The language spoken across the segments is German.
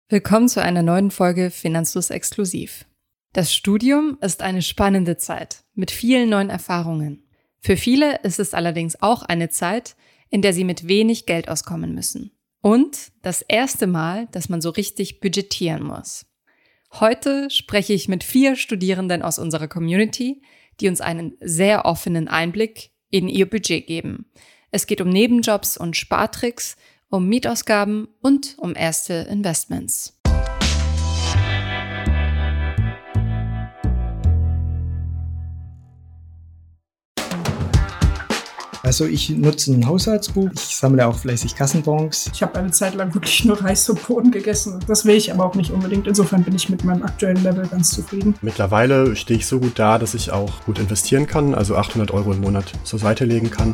Willkommen zu einer neuen Folge Finanzfluss Exklusiv. Das Studium ist eine spannende Zeit mit vielen neuen Erfahrungen. Für viele ist es allerdings auch eine Zeit, in der sie mit wenig Geld auskommen müssen. Und das erste Mal, dass man so richtig budgetieren muss. Heute spreche ich mit 4 Studierenden aus unserer Community, die uns einen sehr offenen Einblick in ihr Budget geben. Es geht um Nebenjobs und Spartricks, um Mietausgaben und um erste Investments. Also ich nutze ein Haushaltsbuch, ich sammle auch fleißig Kassenbons. Ich habe eine Zeit lang wirklich nur Reis und Bohnen gegessen. Das will ich aber auch nicht unbedingt. Insofern bin ich mit meinem aktuellen Level ganz zufrieden. Mittlerweile stehe ich so gut da, dass ich auch gut investieren kann, also 800 € im Monat zur Seite legen kann.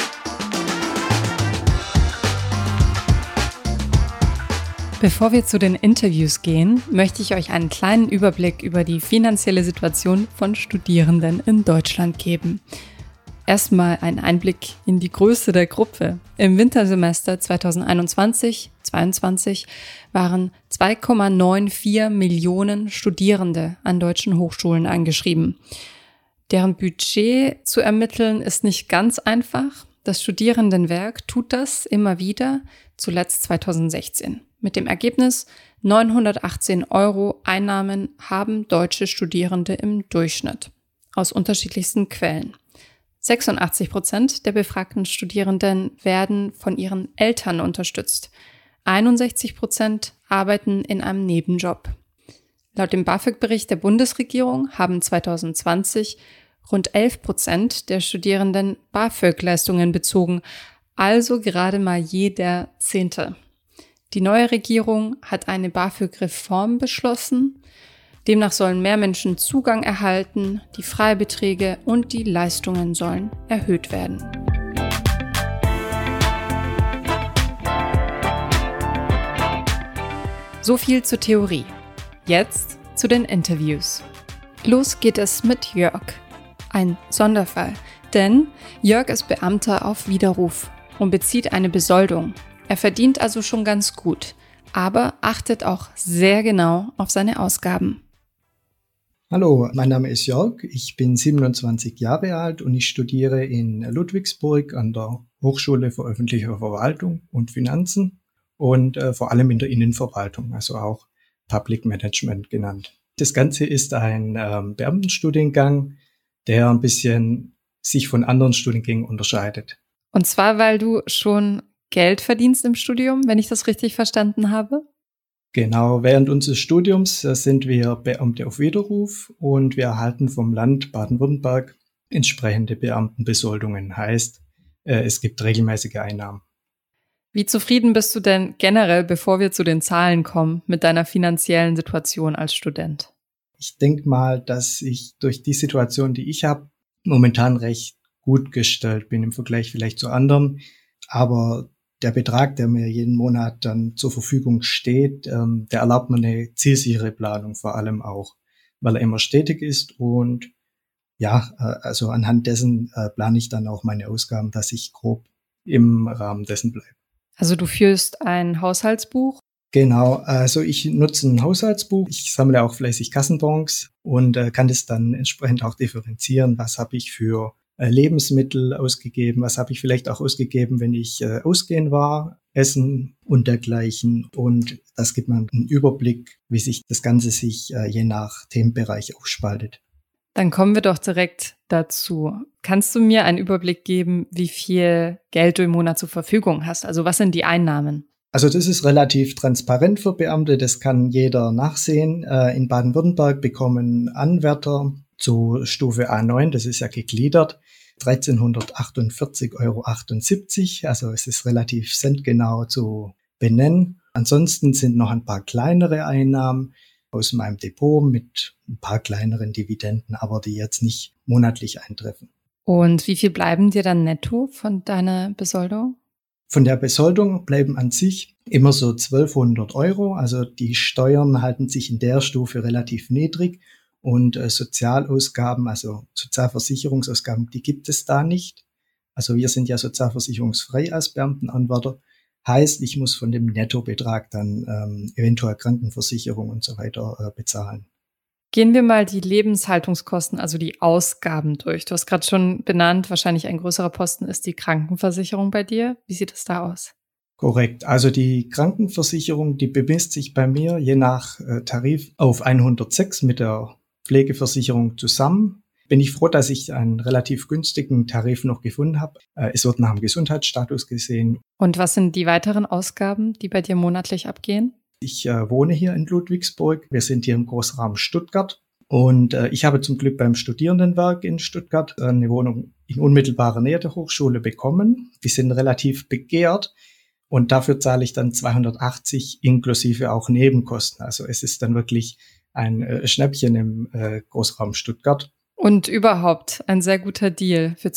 Bevor wir zu den Interviews gehen, möchte ich euch einen kleinen Überblick über die finanzielle Situation von Studierenden in Deutschland geben. Erstmal ein Einblick in die Größe der Gruppe. Im Wintersemester 2021/22 waren 2,94 Millionen Studierende an deutschen Hochschulen eingeschrieben. Deren Budget zu ermitteln ist nicht ganz einfach. Das Studierendenwerk tut das immer wieder, zuletzt 2016. Mit dem Ergebnis 918 € Einnahmen haben deutsche Studierende im Durchschnitt aus unterschiedlichsten Quellen. 86% der befragten Studierenden werden von ihren Eltern unterstützt. 61% arbeiten in einem Nebenjob. Laut dem BAföG-Bericht der Bundesregierung haben 2020 rund 11% der Studierenden BAföG-Leistungen bezogen, also gerade mal jeder 10. Die neue Regierung hat eine BAföG-Reform beschlossen. Demnach sollen mehr Menschen Zugang erhalten, die Freibeträge und die Leistungen sollen erhöht werden. So viel zur Theorie. Jetzt zu den Interviews. Los geht es mit Jörg. Ein Sonderfall, denn Jörg ist Beamter auf Widerruf und bezieht eine Besoldung. Er verdient also schon ganz gut, aber achtet auch sehr genau auf seine Ausgaben. Hallo, mein Name ist Jörg, ich bin 27 Jahre alt und ich studiere in Ludwigsburg an der Hochschule für öffentliche Verwaltung und Finanzen und vor allem in der Innenverwaltung, also auch Public Management genannt. Das Ganze ist ein Beamtenstudiengang, der ein bisschen sich von anderen Studiengängen unterscheidet. Und zwar, weil du schon Geld verdienst im Studium, wenn ich das richtig verstanden habe? Genau, während unseres Studiums sind wir Beamte auf Widerruf und wir erhalten vom Land Baden-Württemberg entsprechende Beamtenbesoldungen. Heißt, es gibt regelmäßige Einnahmen. Wie zufrieden bist du denn generell, bevor wir zu den Zahlen kommen, mit deiner finanziellen Situation als Student? Ich denke mal, dass ich durch die Situation, die ich habe, momentan recht gut gestellt bin im Vergleich vielleicht zu anderen. Aber der Betrag, der mir jeden Monat dann zur Verfügung steht, der erlaubt mir eine zielsichere Planung vor allem auch, weil er immer stetig ist und ja, also anhand dessen plane ich dann auch meine Ausgaben, dass ich grob im Rahmen dessen bleibe. Also du führst ein Haushaltsbuch? Genau, also ich nutze ein Haushaltsbuch, ich sammle auch fleißig Kassenbons und kann das dann entsprechend auch differenzieren, was habe ich für Lebensmittel ausgegeben, was habe ich vielleicht auch ausgegeben, wenn ich ausgehen war, Essen und dergleichen. Und das gibt mir einen Überblick, wie sich das Ganze je nach Themenbereich aufspaltet. Dann kommen wir doch direkt dazu. Kannst du mir einen Überblick geben, wie viel Geld du im Monat zur Verfügung hast? Also was sind die Einnahmen? Also das ist relativ transparent für Beamte, das kann jeder nachsehen. In Baden-Württemberg bekommen Anwärter zu Stufe A9, das ist ja gegliedert, 1348,78 €. Also es ist relativ centgenau zu benennen. Ansonsten sind noch ein paar kleinere Einnahmen aus meinem Depot mit ein paar kleineren Dividenden, aber die jetzt nicht monatlich eintreffen. Und wie viel bleiben dir dann netto von deiner Besoldung? Von der Besoldung bleiben an sich immer so 1.200 €. Also die Steuern halten sich in der Stufe relativ niedrig. Und Sozialausgaben, also Sozialversicherungsausgaben, die gibt es da nicht. Also wir sind ja sozialversicherungsfrei als Beamtenanwärter. Heißt, ich muss von dem Nettobetrag dann eventuell Krankenversicherung und so weiter bezahlen. Gehen wir mal die Lebenshaltungskosten, also die Ausgaben durch. Du hast gerade schon benannt, wahrscheinlich ein größerer Posten ist die Krankenversicherung bei dir. Wie sieht es da aus? Korrekt. Also die Krankenversicherung, die bemisst sich bei mir je nach Tarif auf 106 mit der Pflegeversicherung zusammen. Bin ich froh, dass ich einen relativ günstigen Tarif noch gefunden habe. Es wird nach dem Gesundheitsstatus gesehen. Und was sind die weiteren Ausgaben, die bei dir monatlich abgehen? Ich wohne hier in Ludwigsburg. Wir sind hier im Großraum Stuttgart. Und ich habe zum Glück beim Studierendenwerk in Stuttgart eine Wohnung in unmittelbarer Nähe der Hochschule bekommen. Die sind relativ begehrt. Und dafür zahle ich dann 280 inklusive auch Nebenkosten. Also es ist dann wirklich ein Schnäppchen im Großraum Stuttgart. Und überhaupt ein sehr guter Deal für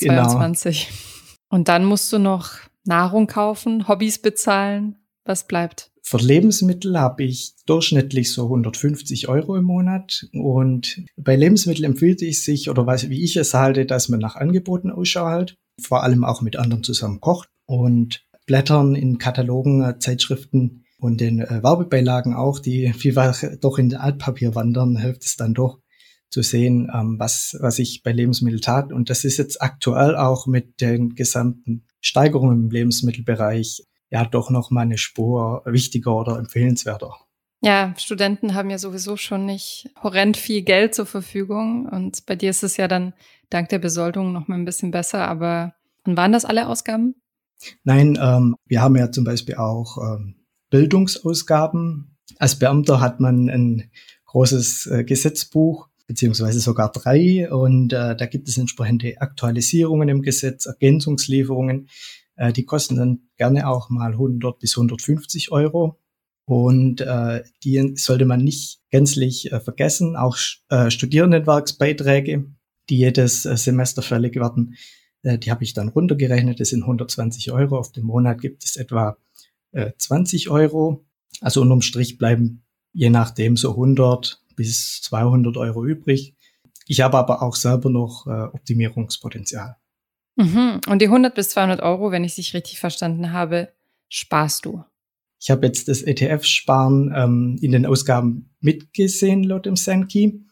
2022. Genau. Und dann musst du noch Nahrung kaufen, Hobbys bezahlen. Was bleibt? Für Lebensmittel habe ich durchschnittlich so 150 € im Monat. Und bei Lebensmitteln empfiehlt es sich, oder wie ich es halte, dass man nach Angeboten Ausschau hält. Vor allem auch mit anderen zusammen kocht. Und Blättern in Katalogen, Zeitschriften und den Werbebeilagen auch, die vielfach doch in Altpapier wandern, hilft es dann doch zu sehen, was ich bei Lebensmitteln tat. Und das ist jetzt aktuell auch mit den gesamten Steigerungen im Lebensmittelbereich ja doch noch mal eine Spur wichtiger oder empfehlenswerter. Ja, Studenten haben ja sowieso schon nicht horrend viel Geld zur Verfügung. Und bei dir ist es ja dann dank der Besoldung noch mal ein bisschen besser. Aber waren das alle Ausgaben? Nein, wir haben ja zum Beispiel auch Bildungsausgaben. Als Beamter hat man ein großes Gesetzbuch, beziehungsweise sogar 3. Und da gibt es entsprechende Aktualisierungen im Gesetz, Ergänzungslieferungen. Die kosten dann gerne auch mal 100 bis 150 €. Und die sollte man nicht gänzlich vergessen. Auch Studierendenwerksbeiträge, die jedes Semester fällig werden, die habe ich dann runtergerechnet. Das sind 120 €. Auf den Monat gibt es etwa 20 €. Also unterm Strich bleiben je nachdem so 100 bis 200 € übrig. Ich habe aber auch selber noch Optimierungspotenzial. Und die 100 bis 200 €, wenn ich dich richtig verstanden habe, sparst du? Ich habe jetzt das ETF-Sparen in den Ausgaben mitgesehen laut dem Sankey.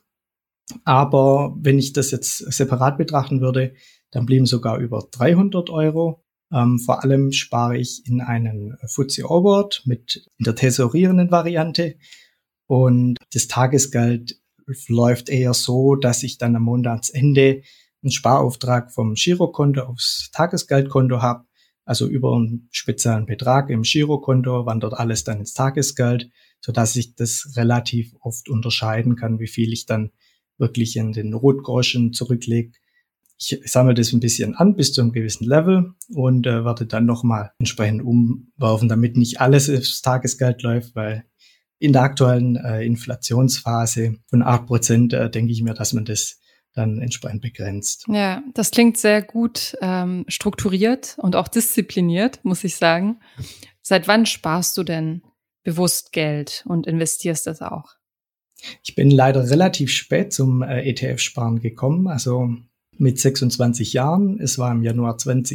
Aber wenn ich das jetzt separat betrachten würde, dann blieben sogar über 300 €. Vor allem spare ich in einen FTSE All-World in der tesorierenden Variante. Und das Tagesgeld läuft eher so, dass ich dann am Monatsende einen Sparauftrag vom Girokonto aufs Tagesgeldkonto habe. Also über einen speziellen Betrag im Girokonto wandert alles dann ins Tagesgeld, sodass ich das relativ oft unterscheiden kann, wie viel ich dann wirklich in den Notgroschen zurücklege. Ich sammle das ein bisschen an bis zu einem gewissen Level und werde dann nochmal entsprechend umwerfen, damit nicht alles aufs Tagesgeld läuft, weil in der aktuellen Inflationsphase von 8% denke ich mir, dass man das dann entsprechend begrenzt. Ja, das klingt sehr gut strukturiert und auch diszipliniert, muss ich sagen. Seit wann sparst du denn bewusst Geld und investierst das auch? Ich bin leider relativ spät zum ETF-Sparen gekommen, also mit 26 Jahren. Es war im Januar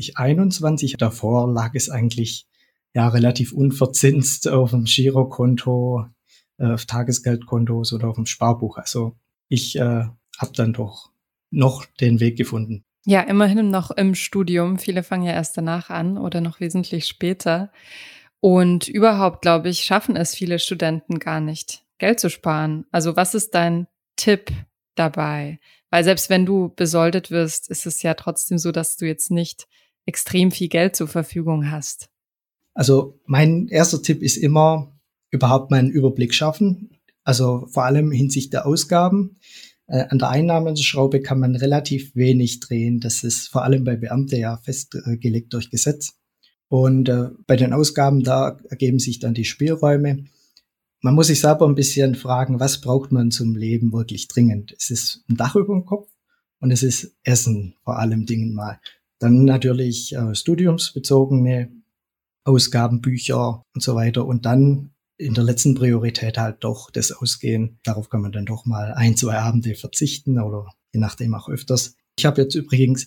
2021. Davor lag es eigentlich ja relativ unverzinst auf dem Girokonto, auf Tagesgeldkontos oder auf dem Sparbuch. Also ich habe dann doch noch den Weg gefunden. Ja, immerhin noch im Studium. Viele fangen ja erst danach an oder noch wesentlich später. Und überhaupt, glaube ich, schaffen es viele Studenten gar nicht, Geld zu sparen. Also was ist dein Tipp dabei? Weil selbst wenn du besoldet wirst, ist es ja trotzdem so, dass du jetzt nicht extrem viel Geld zur Verfügung hast. Also mein erster Tipp ist immer, überhaupt mal einen Überblick schaffen. Also vor allem hinsichtlich der Ausgaben. An der Einnahmenschraube kann man relativ wenig drehen. Das ist vor allem bei Beamten ja festgelegt durch Gesetz. Und bei den Ausgaben, da ergeben sich dann die Spielräume. Man muss sich selber ein bisschen fragen, was braucht man zum Leben wirklich dringend? Es ist ein Dach über dem Kopf und es ist Essen vor allem Dingen mal. Dann natürlich studiumsbezogene Ausgaben, Bücher und so weiter. Und dann in der letzten Priorität halt doch das Ausgehen. Darauf kann man dann doch mal 1, 2 Abende verzichten oder je nachdem auch öfters. Ich habe jetzt übrigens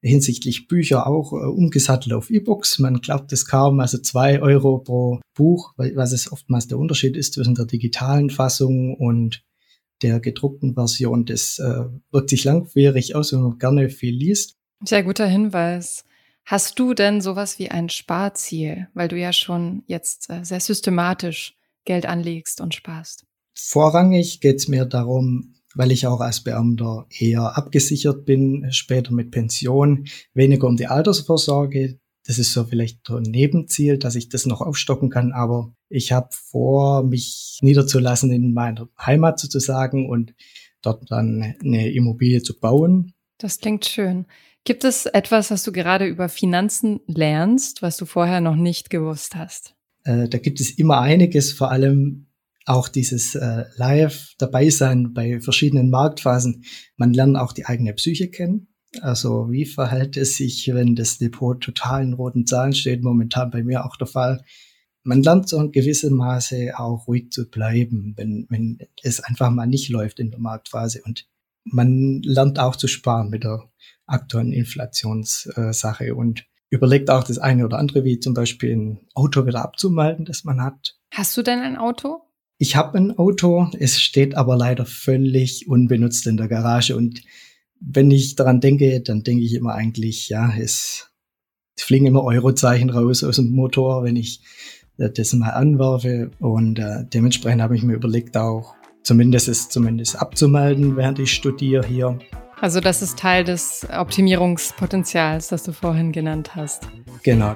hinsichtlich Bücher auch umgesattelt auf E-Books. Man glaubt es kaum, also 2 Euro pro Buch, was es oftmals der Unterschied ist zwischen der digitalen Fassung und der gedruckten Version. Das wirkt sich langwierig aus, wenn man gerne viel liest. Sehr guter Hinweis. Hast du denn sowas wie ein Sparziel, weil du ja schon jetzt sehr systematisch Geld anlegst und sparst? Vorrangig geht es mir darum, weil ich auch als Beamter eher abgesichert bin, später mit Pension, weniger um die Altersvorsorge. Das ist so vielleicht ein Nebenziel, dass ich das noch aufstocken kann, aber ich habe vor, mich niederzulassen in meiner Heimat sozusagen und dort dann eine Immobilie zu bauen. Das klingt schön. Gibt es etwas, was du gerade über Finanzen lernst, was du vorher noch nicht gewusst hast? Da gibt es immer einiges, vor allem auch dieses Live dabei sein bei verschiedenen Marktphasen. Man lernt auch die eigene Psyche kennen. Also wie verhält es sich, wenn das Depot total in roten Zahlen steht? Momentan bei mir auch der Fall. Man lernt so in gewissem Maße auch ruhig zu bleiben, wenn es einfach mal nicht läuft in der Marktphase. Und man lernt auch zu sparen mit der aktuellen Inflationssache und überlegt auch das eine oder andere, wie zum Beispiel ein Auto wieder abzumelden, das man hat. Hast du denn ein Auto? Ich habe ein Auto, es steht aber leider völlig unbenutzt in der Garage. Und wenn ich daran denke, dann denke ich immer eigentlich, ja, es fliegen immer Eurozeichen raus aus dem Motor, wenn ich das mal anwerfe. Und dementsprechend habe ich mir überlegt, auch zumindest abzumelden, während ich studiere hier. Also das ist Teil des Optimierungspotenzials, das du vorhin genannt hast. Genau.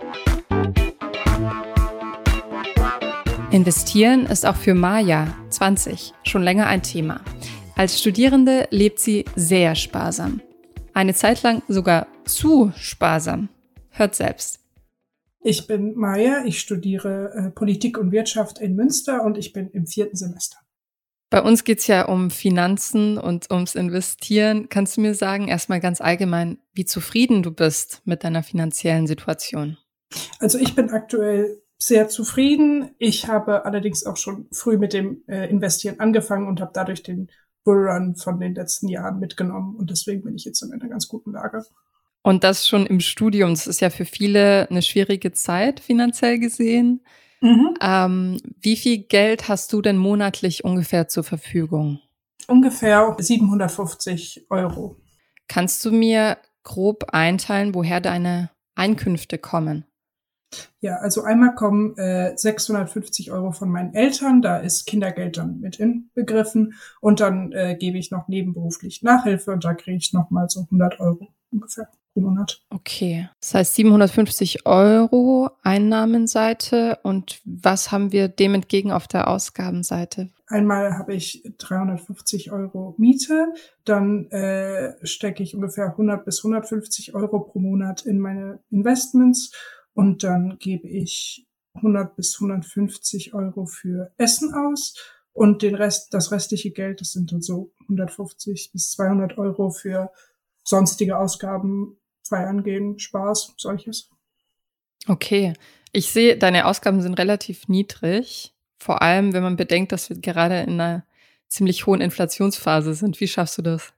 Investieren ist auch für Maja, 20, schon länger ein Thema. Als Studierende lebt sie sehr sparsam. Eine Zeit lang sogar zu sparsam. Hört selbst. Ich bin Maja, ich studiere Politik und Wirtschaft in Münster und ich bin im 4. Semester. Bei uns geht's ja um Finanzen und ums Investieren. Kannst du mir sagen, erstmal ganz allgemein, wie zufrieden du bist mit deiner finanziellen Situation? Also ich bin aktuell sehr zufrieden. Ich habe allerdings auch schon früh mit dem Investieren angefangen und habe dadurch den Bullrun von den letzten Jahren mitgenommen. Und deswegen bin ich jetzt in einer ganz guten Lage. Und das schon im Studium. Das ist ja für viele eine schwierige Zeit, finanziell gesehen. Wie viel Geld hast du denn monatlich ungefähr zur Verfügung? Ungefähr 750 Euro. Kannst du mir grob einteilen, woher deine Einkünfte kommen? Ja, also einmal kommen 650 Euro von meinen Eltern, da ist Kindergeld dann mit inbegriffen und dann gebe ich noch nebenberuflich Nachhilfe und da kriege ich nochmal so 100 Euro ungefähr pro Monat. Okay, das heißt 750 Euro Einnahmenseite und was haben wir dem entgegen auf der Ausgabenseite? Einmal habe ich 350 Euro Miete, dann stecke ich ungefähr 100 bis 150 Euro pro Monat in meine Investments. Und dann gebe ich 100 bis 150 Euro für Essen aus und das restliche Geld, das sind dann so 150 bis 200 Euro für sonstige Ausgaben, Feiern gehen, Spaß, solches. Okay, ich sehe, deine Ausgaben sind relativ niedrig, vor allem wenn man bedenkt, dass wir gerade in einer ziemlich hohen Inflationsphase sind. Wie schaffst du das?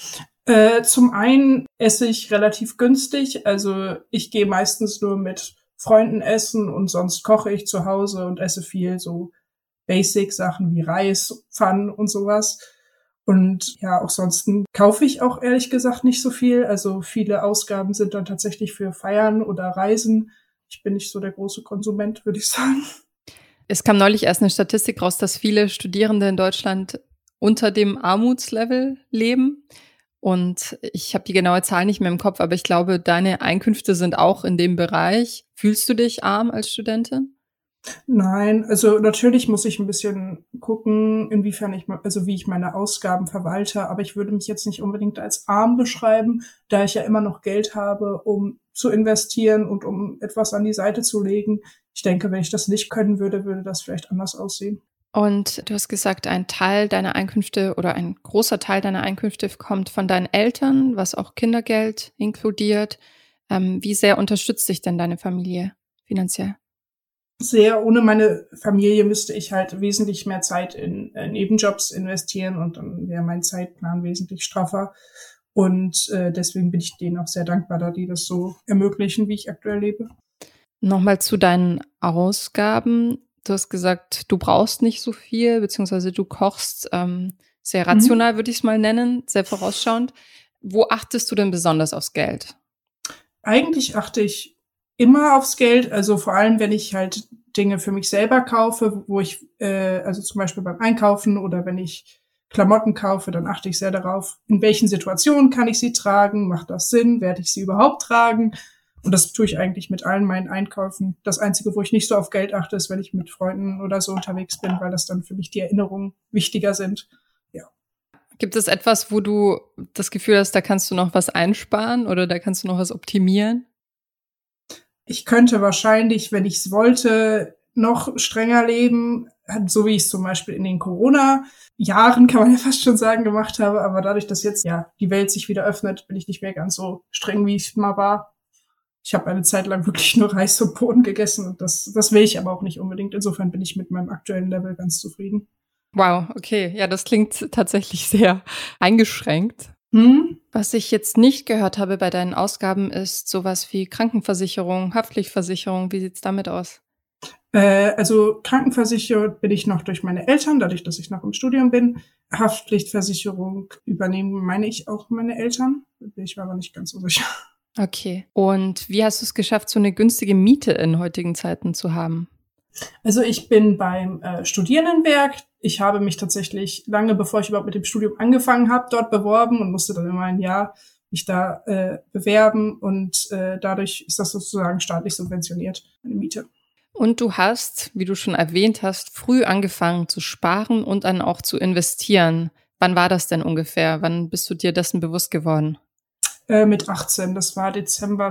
Zum einen esse ich relativ günstig, also ich gehe meistens nur mit Freunden essen und sonst koche ich zu Hause und esse viel so Basic-Sachen wie Reis, Pfannen und sowas. Und ja, auch sonst kaufe ich auch ehrlich gesagt nicht so viel, also viele Ausgaben sind dann tatsächlich für Feiern oder Reisen. Ich bin nicht so der große Konsument, würde ich sagen. Es kam neulich erst eine Statistik raus, dass viele Studierende in Deutschland unter dem Armutslevel leben. Und ich habe die genaue Zahl nicht mehr im Kopf, aber ich glaube, deine Einkünfte sind auch in dem Bereich. Fühlst du dich arm als Studentin? Nein, also natürlich muss ich ein bisschen gucken, wie ich meine Ausgaben verwalte, aber ich würde mich jetzt nicht unbedingt als arm beschreiben, da ich ja immer noch Geld habe, um zu investieren und um etwas an die Seite zu legen. Ich denke, wenn ich das nicht können würde, würde das vielleicht anders aussehen. Und du hast gesagt, ein Teil deiner Einkünfte oder ein großer Teil deiner Einkünfte kommt von deinen Eltern, was auch Kindergeld inkludiert. Wie sehr unterstützt dich denn deine Familie finanziell? Sehr. Ohne meine Familie müsste ich halt wesentlich mehr Zeit in Nebenjobs investieren und dann wäre mein Zeitplan wesentlich straffer. Und deswegen bin ich denen auch sehr dankbar, da die das so ermöglichen, wie ich aktuell lebe. Nochmal zu deinen Ausgaben. Du hast gesagt, du brauchst nicht so viel, beziehungsweise du kochst sehr rational, würde ich es mal nennen, sehr vorausschauend. Wo achtest du denn besonders aufs Geld? Eigentlich achte ich immer aufs Geld, also vor allem, wenn ich halt Dinge für mich selber kaufe, wo ich, also zum Beispiel beim Einkaufen oder wenn ich Klamotten kaufe, dann achte ich sehr darauf, in welchen Situationen kann ich sie tragen, macht das Sinn, werde ich sie überhaupt tragen? Und das tue ich eigentlich mit allen meinen Einkäufen. Das Einzige, wo ich nicht so auf Geld achte, ist, wenn ich mit Freunden oder so unterwegs bin, weil das dann für mich die Erinnerungen wichtiger sind. Ja. Gibt es etwas, wo du das Gefühl hast, da kannst du noch was einsparen oder da kannst du noch was optimieren? Ich könnte wahrscheinlich, wenn ich es wollte, noch strenger leben, so wie ich es zum Beispiel in den Corona-Jahren, kann man ja fast schon sagen, gemacht habe. Aber dadurch, dass jetzt ja die Welt sich wieder öffnet, bin ich nicht mehr ganz so streng, wie ich mal war. Ich habe eine Zeit lang wirklich nur Reis und Bohnen gegessen und das will ich aber auch nicht unbedingt. Insofern bin ich mit meinem aktuellen Level ganz zufrieden. Wow, okay. Ja, das klingt tatsächlich sehr eingeschränkt. Was ich jetzt nicht gehört habe bei deinen Ausgaben ist sowas wie Krankenversicherung, Haftpflichtversicherung. Wie sieht's damit aus? Also krankenversichert bin ich noch durch meine Eltern, dadurch, dass ich noch im Studium bin. Haftpflichtversicherung übernehmen, meine ich, auch meine Eltern. Bin ich mir aber nicht ganz so sicher. Okay. Und wie hast du es geschafft, so eine günstige Miete in heutigen Zeiten zu haben? Also ich bin beim Studierendenwerk. Ich habe mich tatsächlich lange, bevor ich überhaupt mit dem Studium angefangen habe, dort beworben und musste dann immer ein Jahr mich da bewerben. Und dadurch ist das sozusagen staatlich subventioniert, meine Miete. Und du hast, wie du schon erwähnt hast, früh angefangen zu sparen und dann auch zu investieren. Wann war das denn ungefähr? Wann bist du dir dessen bewusst geworden? Mit 18, das war Dezember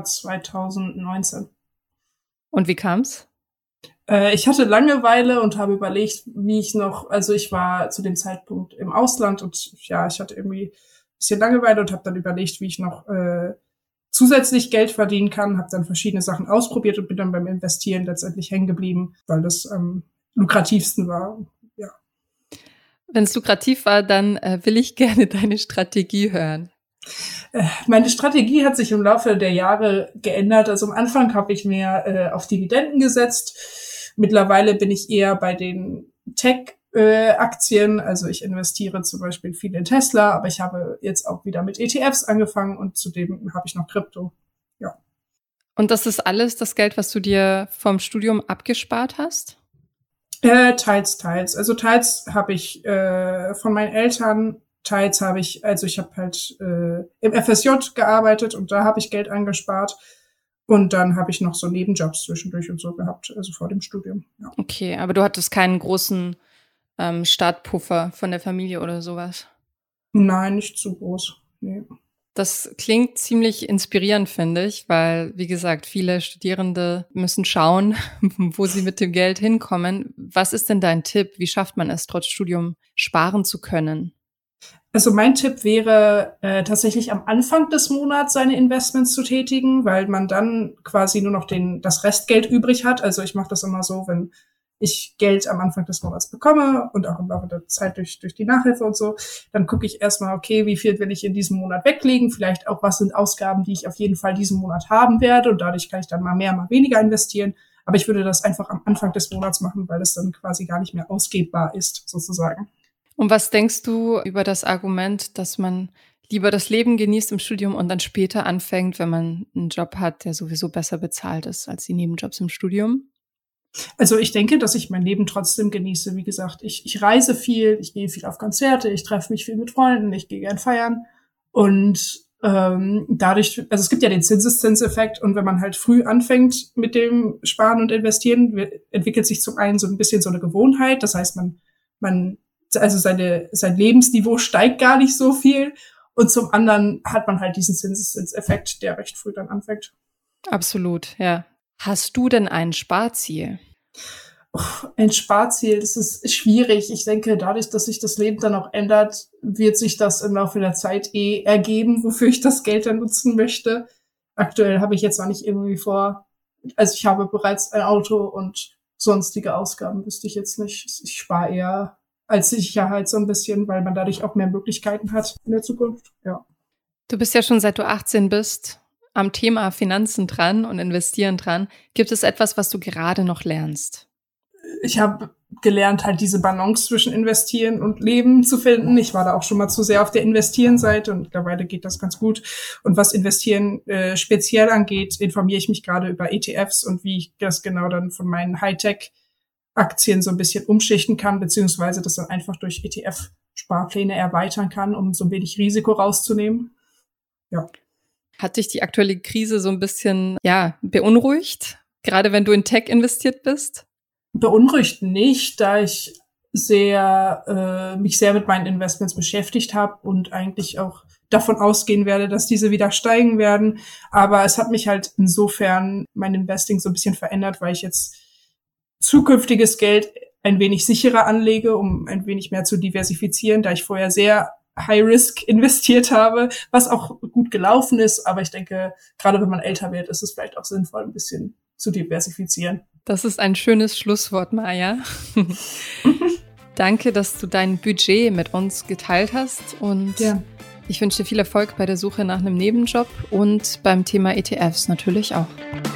2019. Und wie kam's? Ich hatte Langeweile und habe überlegt, wie ich noch, also ich war zu dem Zeitpunkt im Ausland und ja, ich hatte irgendwie ein bisschen Langeweile und habe dann überlegt, wie ich noch zusätzlich Geld verdienen kann, habe dann verschiedene Sachen ausprobiert und bin dann beim Investieren letztendlich hängen geblieben, weil das am lukrativsten war. Ja. Wenn es lukrativ war, dann will ich gerne deine Strategie hören. Meine Strategie hat sich im Laufe der Jahre geändert. Also am Anfang habe ich mehr auf Dividenden gesetzt. Mittlerweile bin ich eher bei den Tech-Aktien. Also ich investiere zum Beispiel viel in Tesla, aber ich habe jetzt auch wieder mit ETFs angefangen und zudem habe ich noch Krypto. Ja. Und das ist alles das Geld, was du dir vom Studium abgespart hast? Teils. Also teils habe ich von meinen Eltern, teils habe ich, also ich habe halt im FSJ gearbeitet und da habe ich Geld angespart. Und dann habe ich noch so Nebenjobs zwischendurch und so gehabt, also vor dem Studium. Ja. Okay, aber du hattest keinen großen Startpuffer von der Familie oder sowas? Nein, nicht zu groß. Nee. Das klingt ziemlich inspirierend, finde ich, weil, wie gesagt, viele Studierende müssen schauen, wo sie mit dem Geld hinkommen. Was ist denn dein Tipp? Wie schafft man es, trotz Studium sparen zu können? Also mein Tipp wäre tatsächlich am Anfang des Monats seine Investments zu tätigen, weil man dann quasi nur noch das Restgeld übrig hat. Also ich mache das immer so, wenn ich Geld am Anfang des Monats bekomme und auch im Laufe der Zeit durch die Nachhilfe und so, dann gucke ich erstmal, okay, wie viel will ich in diesem Monat weglegen? Vielleicht auch, was sind Ausgaben, die ich auf jeden Fall diesen Monat haben werde und dadurch kann ich dann mal mehr, mal weniger investieren. Aber ich würde das einfach am Anfang des Monats machen, weil das dann quasi gar nicht mehr ausgebbar ist, sozusagen. Und was denkst du über das Argument, dass man lieber das Leben genießt im Studium und dann später anfängt, wenn man einen Job hat, der sowieso besser bezahlt ist als die Nebenjobs im Studium? Also ich denke, dass ich mein Leben trotzdem genieße. Wie gesagt, ich reise viel, ich gehe viel auf Konzerte, ich treffe mich viel mit Freunden, ich gehe gern feiern. Und dadurch, also es gibt ja den Zinseszinseffekt und wenn man halt früh anfängt mit dem Sparen und Investieren, entwickelt sich zum einen so ein bisschen so eine Gewohnheit. Das heißt, also sein Lebensniveau steigt gar nicht so viel. Und zum anderen hat man halt diesen Zinseszinseffekt, der recht früh dann anfängt. Absolut, ja. Hast du denn ein Sparziel? Ein Sparziel, das ist schwierig. Ich denke, dadurch, dass sich das Leben dann auch ändert, wird sich das im Laufe der Zeit ergeben, wofür ich das Geld dann nutzen möchte. Aktuell habe ich jetzt noch nicht irgendwie vor, also ich habe bereits ein Auto und sonstige Ausgaben wüsste ich jetzt nicht. Ich spare eher als Sicherheit so ein bisschen, weil man dadurch auch mehr Möglichkeiten hat in der Zukunft. Ja. Du bist ja schon seit du 18 bist am Thema Finanzen dran und Investieren dran. Gibt es etwas, was du gerade noch lernst? Ich habe gelernt, halt diese Balance zwischen Investieren und Leben zu finden. Ich war da auch schon mal zu sehr auf der Investieren-Seite und mittlerweile geht das ganz gut. Und was Investieren speziell angeht, informiere ich mich gerade über ETFs und wie ich das genau dann von meinen Hightech-Aktien so ein bisschen umschichten kann, beziehungsweise das dann einfach durch ETF-Sparpläne erweitern kann, um so ein wenig Risiko rauszunehmen. Ja. Hat dich die aktuelle Krise so ein bisschen, beunruhigt? Gerade wenn du in Tech investiert bist? Beunruhigt nicht, da ich mich sehr mit meinen Investments beschäftigt habe und eigentlich auch davon ausgehen werde, dass diese wieder steigen werden. Aber es hat mich halt insofern mein Investing so ein bisschen verändert, weil ich jetzt zukünftiges Geld ein wenig sicherer anlege, um ein wenig mehr zu diversifizieren, da ich vorher sehr High-Risk investiert habe, was auch gut gelaufen ist. Aber ich denke, gerade wenn man älter wird, ist es vielleicht auch sinnvoll, ein bisschen zu diversifizieren. Das ist ein schönes Schlusswort, Maja. Danke, dass du dein Budget mit uns geteilt hast und ich wünsche dir viel Erfolg bei der Suche nach einem Nebenjob und beim Thema ETFs natürlich auch.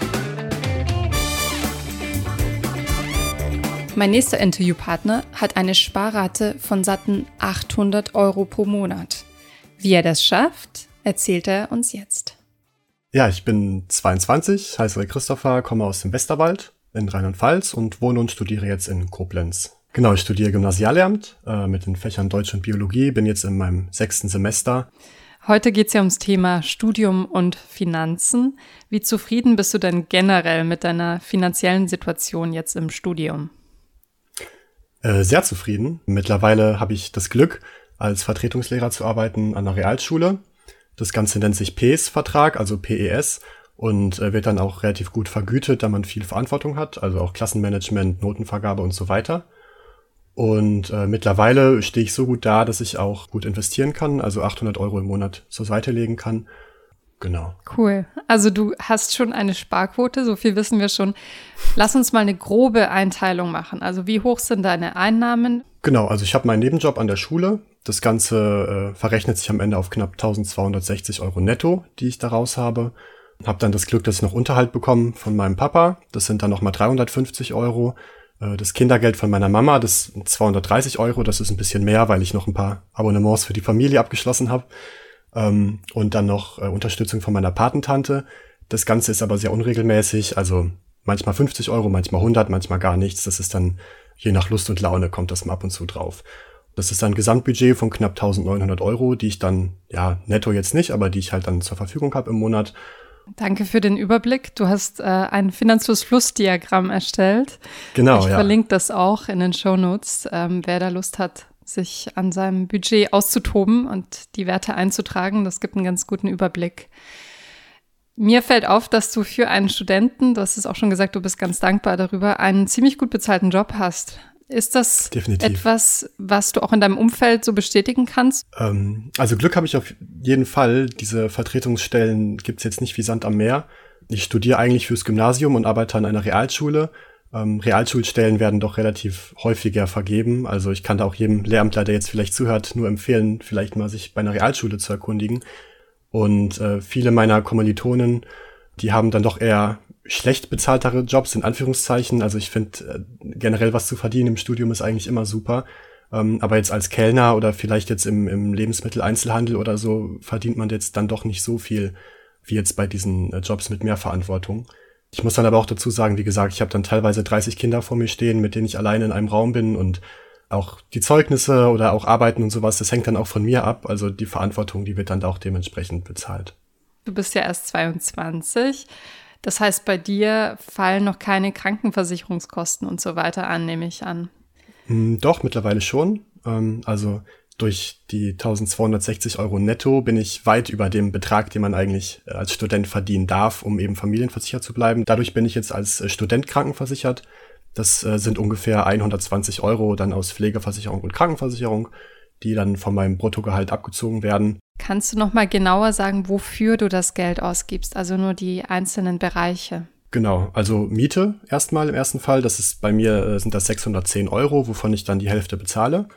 Mein nächster Interviewpartner hat eine Sparrate von satten 800 € pro Monat. Wie er das schafft, erzählt er uns jetzt. Ja, ich bin 22, heiße Christopher, komme aus dem Westerwald in Rheinland-Pfalz und wohne und studiere jetzt in Koblenz. Genau, ich studiere Gymnasiallehramt mit den Fächern Deutsch und Biologie, bin jetzt in meinem 6. Semester. Heute geht es ja ums Thema Studium und Finanzen. Wie zufrieden bist du denn generell mit deiner finanziellen Situation jetzt im Studium? Sehr zufrieden. Mittlerweile habe ich das Glück, als Vertretungslehrer zu arbeiten an einer Realschule. Das Ganze nennt sich PES-Vertrag, also PES, und wird dann auch relativ gut vergütet, da man viel Verantwortung hat, also auch Klassenmanagement, Notenvergabe und so weiter. Und mittlerweile stehe ich so gut da, dass ich auch gut investieren kann, also 800 € im Monat zur Seite legen kann. Genau. Cool. Also du hast schon eine Sparquote, so viel wissen wir schon. Lass uns mal eine grobe Einteilung machen. Also wie hoch sind deine Einnahmen? Genau, also ich habe meinen Nebenjob an der Schule. Das Ganze verrechnet sich am Ende auf knapp 1260 € netto, die ich daraus habe. Habe dann das Glück, dass ich noch Unterhalt bekomme von meinem Papa. Das sind dann nochmal 350 €. Das Kindergeld von meiner Mama, das sind 230 €. Das ist ein bisschen mehr, weil ich noch ein paar Abonnements für die Familie abgeschlossen habe. Und dann noch Unterstützung von meiner Patentante. Das Ganze ist aber sehr unregelmäßig, also manchmal 50 €, manchmal 100, manchmal gar nichts. Das ist dann je nach Lust und Laune kommt das mal ab und zu drauf. Das ist ein Gesamtbudget von knapp 1900 €, die ich dann, netto jetzt nicht, aber die ich halt dann zur Verfügung habe im Monat. Danke für den Überblick. Du hast ein Finanzfluss-Diagramm erstellt. Genau, Ich verlinke das auch in den Shownotes, wer da Lust hat, sich an seinem Budget auszutoben und die Werte einzutragen. Das gibt einen ganz guten Überblick. Mir fällt auf, dass du für einen Studenten, du hast es auch schon gesagt, du bist ganz dankbar darüber, einen ziemlich gut bezahlten Job hast. Ist das etwas, was du auch in deinem Umfeld so bestätigen kannst? Also Glück habe ich auf jeden Fall. Diese Vertretungsstellen gibt's jetzt nicht wie Sand am Meer. Ich studiere eigentlich fürs Gymnasium und arbeite an einer Realschule. Realschulstellen werden doch relativ häufiger vergeben. Also ich kann da auch jedem Lehramtler, der jetzt vielleicht zuhört, nur empfehlen, vielleicht mal sich bei einer Realschule zu erkundigen. Und viele meiner Kommilitonen, die haben dann doch eher schlecht bezahltere Jobs, in Anführungszeichen. Also ich finde, generell was zu verdienen im Studium ist eigentlich immer super. Aber jetzt als Kellner oder vielleicht jetzt im Lebensmitteleinzelhandel oder so verdient man jetzt dann doch nicht so viel wie jetzt bei diesen Jobs mit mehr Verantwortung. Ich muss dann aber auch dazu sagen, wie gesagt, ich habe dann teilweise 30 Kinder vor mir stehen, mit denen ich alleine in einem Raum bin und auch die Zeugnisse oder auch Arbeiten und sowas, das hängt dann auch von mir ab. Also die Verantwortung, die wird dann auch dementsprechend bezahlt. Du bist ja erst 22. Das heißt, bei dir fallen noch keine Krankenversicherungskosten und so weiter an, nehme ich an. Doch, mittlerweile schon. Also durch die 1260 € netto bin ich weit über dem Betrag, den man eigentlich als Student verdienen darf, um eben familienversichert zu bleiben. Dadurch bin ich jetzt als Student krankenversichert. Das sind ungefähr 120 € dann aus Pflegeversicherung und Krankenversicherung, die dann von meinem Bruttogehalt abgezogen werden. Kannst du noch mal genauer sagen, wofür du das Geld ausgibst, also nur die einzelnen Bereiche? Genau, also Miete erstmal im ersten Fall, das ist bei mir sind das 610 €, wovon ich dann die Hälfte bezahle.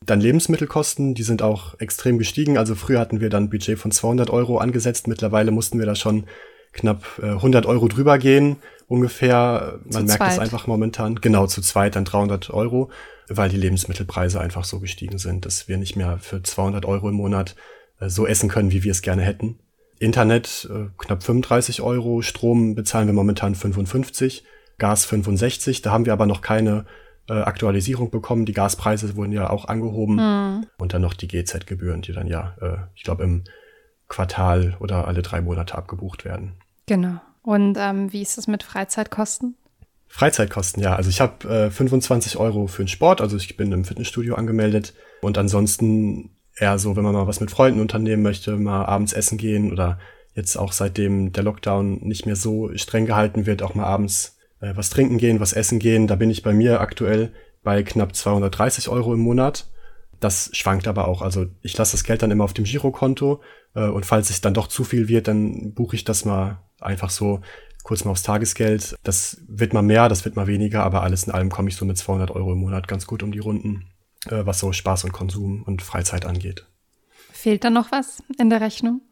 Dann Lebensmittelkosten, die sind auch extrem gestiegen. Also früher hatten wir dann ein Budget von 200 Euro angesetzt. Mittlerweile mussten wir da schon knapp 100 Euro drüber gehen, ungefähr. Man merkt es einfach momentan. Genau, zu zweit dann 300 Euro, weil die Lebensmittelpreise einfach so gestiegen sind, dass wir nicht mehr für 200 Euro im Monat so essen können, wie wir es gerne hätten. Internet knapp 35 Euro, Strom bezahlen wir momentan 55, Gas 65. Da haben wir aber noch keine Aktualisierung bekommen. Die Gaspreise wurden ja auch angehoben. Und dann noch die GZ-Gebühren, die dann ich glaube, im Quartal oder alle 3 Monate abgebucht werden. Genau. Und wie ist es mit Freizeitkosten? Freizeitkosten, ja. Also ich habe 25 Euro für den Sport, also ich bin im Fitnessstudio angemeldet. Und ansonsten eher so, wenn man mal was mit Freunden unternehmen möchte, mal abends essen gehen oder jetzt auch seitdem der Lockdown nicht mehr so streng gehalten wird, auch mal abends was trinken gehen, was essen gehen. Da bin ich bei mir aktuell bei knapp 230 Euro im Monat. Das schwankt aber auch. Also ich lasse das Geld dann immer auf dem Girokonto und falls es dann doch zu viel wird, dann buche ich das mal einfach so kurz mal aufs Tagesgeld. Das wird mal mehr, das wird mal weniger, aber alles in allem komme ich so mit 200 Euro im Monat ganz gut um die Runden, was so Spaß und Konsum und Freizeit angeht. Fehlt da noch was in der Rechnung?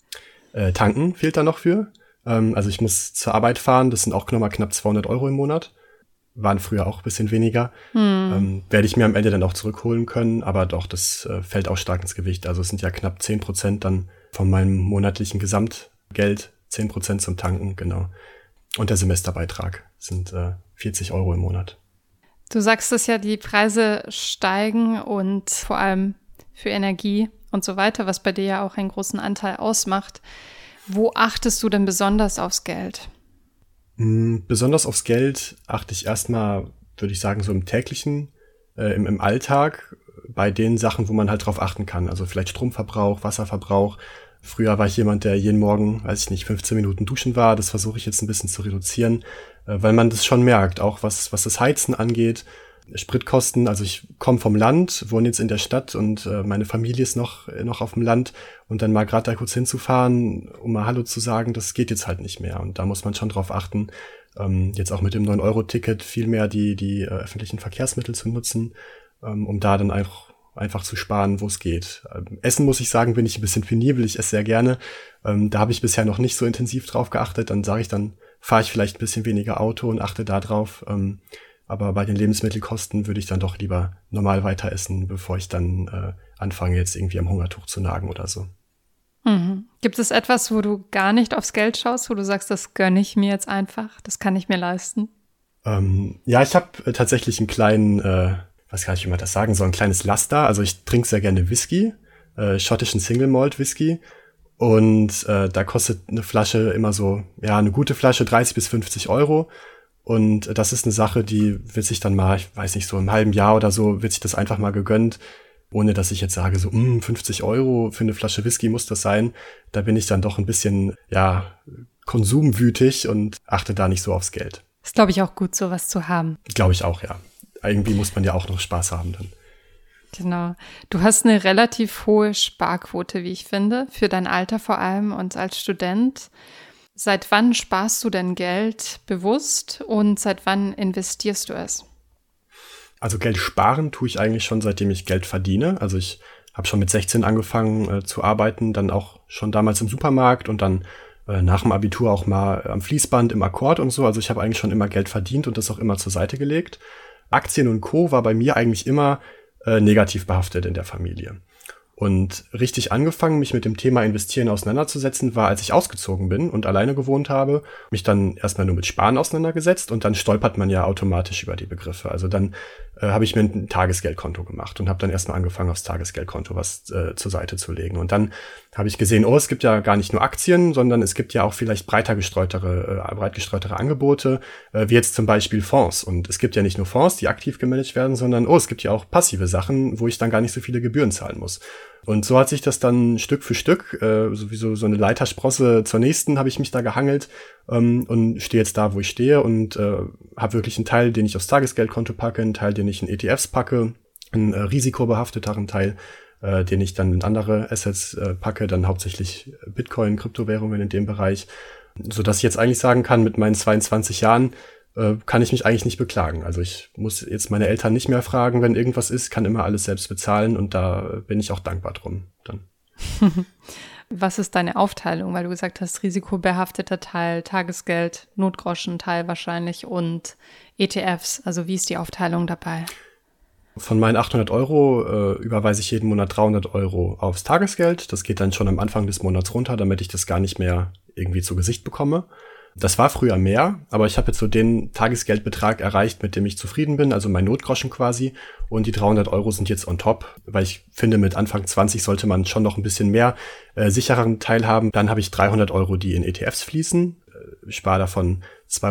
Tanken fehlt da noch für. Also ich muss zur Arbeit fahren, das sind auch nochmal knapp 200 Euro im Monat. Waren früher auch ein bisschen weniger. Werde ich mir am Ende dann auch zurückholen können, aber doch, das fällt auch stark ins Gewicht. Also es sind ja knapp 10% dann von meinem monatlichen Gesamtgeld, 10% zum Tanken, genau. Und der Semesterbeitrag sind 40 Euro im Monat. Du sagst es ja, die Preise steigen und vor allem für Energie und so weiter, was bei dir ja auch einen großen Anteil ausmacht. Wo achtest du denn besonders aufs Geld? Besonders aufs Geld achte ich erstmal, würde ich sagen, so im täglichen, im Alltag, bei den Sachen, wo man halt drauf achten kann. Also vielleicht Stromverbrauch, Wasserverbrauch. Früher war ich jemand, der jeden Morgen, 15 Minuten duschen war. Das versuche ich jetzt ein bisschen zu reduzieren, weil man das schon merkt, auch was das Heizen angeht. Spritkosten, also ich komme vom Land, wohne jetzt in der Stadt und meine Familie ist noch auf dem Land und dann mal gerade da kurz hinzufahren, um mal Hallo zu sagen, das geht jetzt halt nicht mehr und da muss man schon drauf achten, jetzt auch mit dem 9-Euro-Ticket viel mehr die öffentlichen Verkehrsmittel zu nutzen, um da dann einfach zu sparen, wo es geht. Essen, muss ich sagen, bin ich ein bisschen penibel, ich esse sehr gerne, da habe ich bisher noch nicht so intensiv drauf geachtet, dann fahre ich vielleicht ein bisschen weniger Auto und achte da drauf, aber bei den Lebensmittelkosten würde ich dann doch lieber normal weiter essen, bevor ich dann anfange, jetzt irgendwie am Hungertuch zu nagen oder so. Gibt es etwas, wo du gar nicht aufs Geld schaust, wo du sagst, das gönne ich mir jetzt einfach, das kann ich mir leisten? Ja, ich habe tatsächlich einen kleinen, was kann ich, wie man das sagen soll, ein kleines Laster. Also ich trinke sehr gerne Whisky, schottischen Single Malt Whisky. Und da kostet eine Flasche immer so, ja, eine gute Flasche 30 bis 50 Euro. Und das ist eine Sache, die wird sich dann mal, ich weiß nicht, so im halben Jahr oder so, wird sich das einfach mal gegönnt, ohne dass ich jetzt sage, so 50 Euro für eine Flasche Whisky muss das sein. Da bin ich dann doch ein bisschen, ja, konsumwütig und achte da nicht so aufs Geld. Ist, glaube ich, auch gut, sowas zu haben. Glaube ich auch, ja. Irgendwie muss man ja auch noch Spaß haben dann. Genau. Du hast eine relativ hohe Sparquote, wie ich finde, für dein Alter vor allem und als Student. Seit wann sparst du denn Geld bewusst und seit wann investierst du es? Also Geld sparen tue ich eigentlich schon, seitdem ich Geld verdiene. Also ich habe schon mit 16 angefangen zu arbeiten, dann auch schon damals im Supermarkt und dann nach dem Abitur auch mal am Fließband, im Akkord und so. Also ich habe eigentlich schon immer Geld verdient und das auch immer zur Seite gelegt. Aktien und Co. war bei mir eigentlich immer negativ behaftet in der Familie. Und richtig angefangen, mich mit dem Thema Investieren auseinanderzusetzen, war, als ich ausgezogen bin und alleine gewohnt habe, mich dann erstmal nur mit Sparen auseinandergesetzt und dann stolpert man ja automatisch über die Begriffe. Also dann habe ich mir ein Tagesgeldkonto gemacht und habe dann erstmal angefangen, aufs Tagesgeldkonto was zur Seite zu legen. Und dann habe ich gesehen, es gibt ja gar nicht nur Aktien, sondern es gibt ja auch vielleicht breit gestreutere Angebote, wie jetzt zum Beispiel Fonds. Und es gibt ja nicht nur Fonds, die aktiv gemanagt werden, sondern es gibt ja auch passive Sachen, wo ich dann gar nicht so viele Gebühren zahlen muss. Und so hat sich das dann Stück für Stück, sowieso so eine Leitersprosse zur nächsten, habe ich mich da gehangelt und stehe jetzt da, wo ich stehe und habe wirklich einen Teil, den ich aufs Tagesgeldkonto packe, einen Teil, den ich in ETFs packe, einen risikobehafteteren Teil, den ich dann in andere Assets packe, dann hauptsächlich Bitcoin, Kryptowährungen in dem Bereich, so dass ich jetzt eigentlich sagen kann, mit meinen 22 Jahren kann ich mich eigentlich nicht beklagen. Also ich muss jetzt meine Eltern nicht mehr fragen, wenn irgendwas ist, kann immer alles selbst bezahlen und da bin ich auch dankbar drum dann. Was ist deine Aufteilung? Weil du gesagt hast, risikobehafteter Teil, Tagesgeld, Notgroschenteil wahrscheinlich und ETFs. Also wie ist die Aufteilung dabei? Von meinen 800 Euro überweise ich jeden Monat 300 Euro aufs Tagesgeld. Das geht dann schon am Anfang des Monats runter, damit ich das gar nicht mehr irgendwie zu Gesicht bekomme. Das war früher mehr, aber ich habe jetzt so den Tagesgeldbetrag erreicht, mit dem ich zufrieden bin, also mein Notgroschen quasi. Und die 300 Euro sind jetzt on top, weil ich finde, mit Anfang 20 sollte man schon noch ein bisschen mehr sichereren Teil haben. Dann habe ich 300 Euro, die in ETFs fließen. Ich spare davon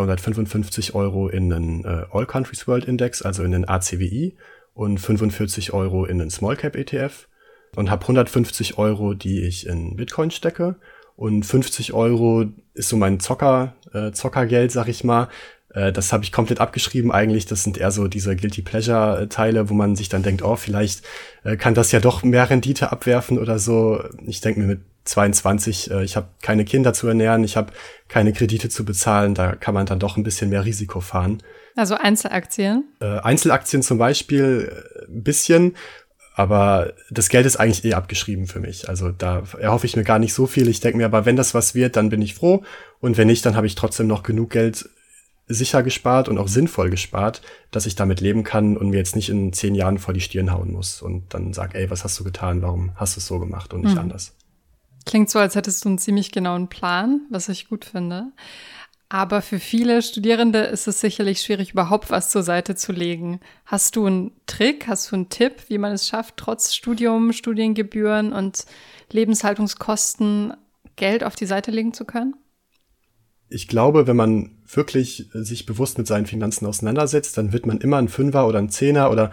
255 Euro in den All Countries World Index, also in den ACWI, und 45 Euro in den Small Cap ETF und habe 150 Euro, die ich in Bitcoin stecke. Und 50 Euro ist so mein Zockergeld, sag ich mal. Das habe ich komplett abgeschrieben eigentlich. Das sind eher so diese Guilty Pleasure-Teile, wo man sich dann denkt, oh, vielleicht kann das ja doch mehr Rendite abwerfen oder so. Ich denke mir mit 22, ich habe keine Kinder zu ernähren, ich habe keine Kredite zu bezahlen. Da kann man dann doch ein bisschen mehr Risiko fahren. Also Einzelaktien? Einzelaktien zum Beispiel ein bisschen. Aber das Geld ist eigentlich eh abgeschrieben für mich. Also da erhoffe ich mir gar nicht so viel. Ich denke mir, aber wenn das was wird, dann bin ich froh. Und wenn nicht, dann habe ich trotzdem noch genug Geld sicher gespart und auch sinnvoll gespart, dass ich damit leben kann und mir jetzt nicht in 10 Jahren vor die Stirn hauen muss und dann sag, ey, was hast du getan? Warum hast du es so gemacht und nicht anders? Klingt so, als hättest du einen ziemlich genauen Plan, was ich gut finde. Aber für viele Studierende ist es sicherlich schwierig, überhaupt was zur Seite zu legen. Hast du einen Trick, hast du einen Tipp, wie man es schafft, trotz Studium, Studiengebühren und Lebenshaltungskosten Geld auf die Seite legen zu können? Ich glaube, wenn man wirklich sich bewusst mit seinen Finanzen auseinandersetzt, dann wird man immer einen Fünfer oder einen Zehner oder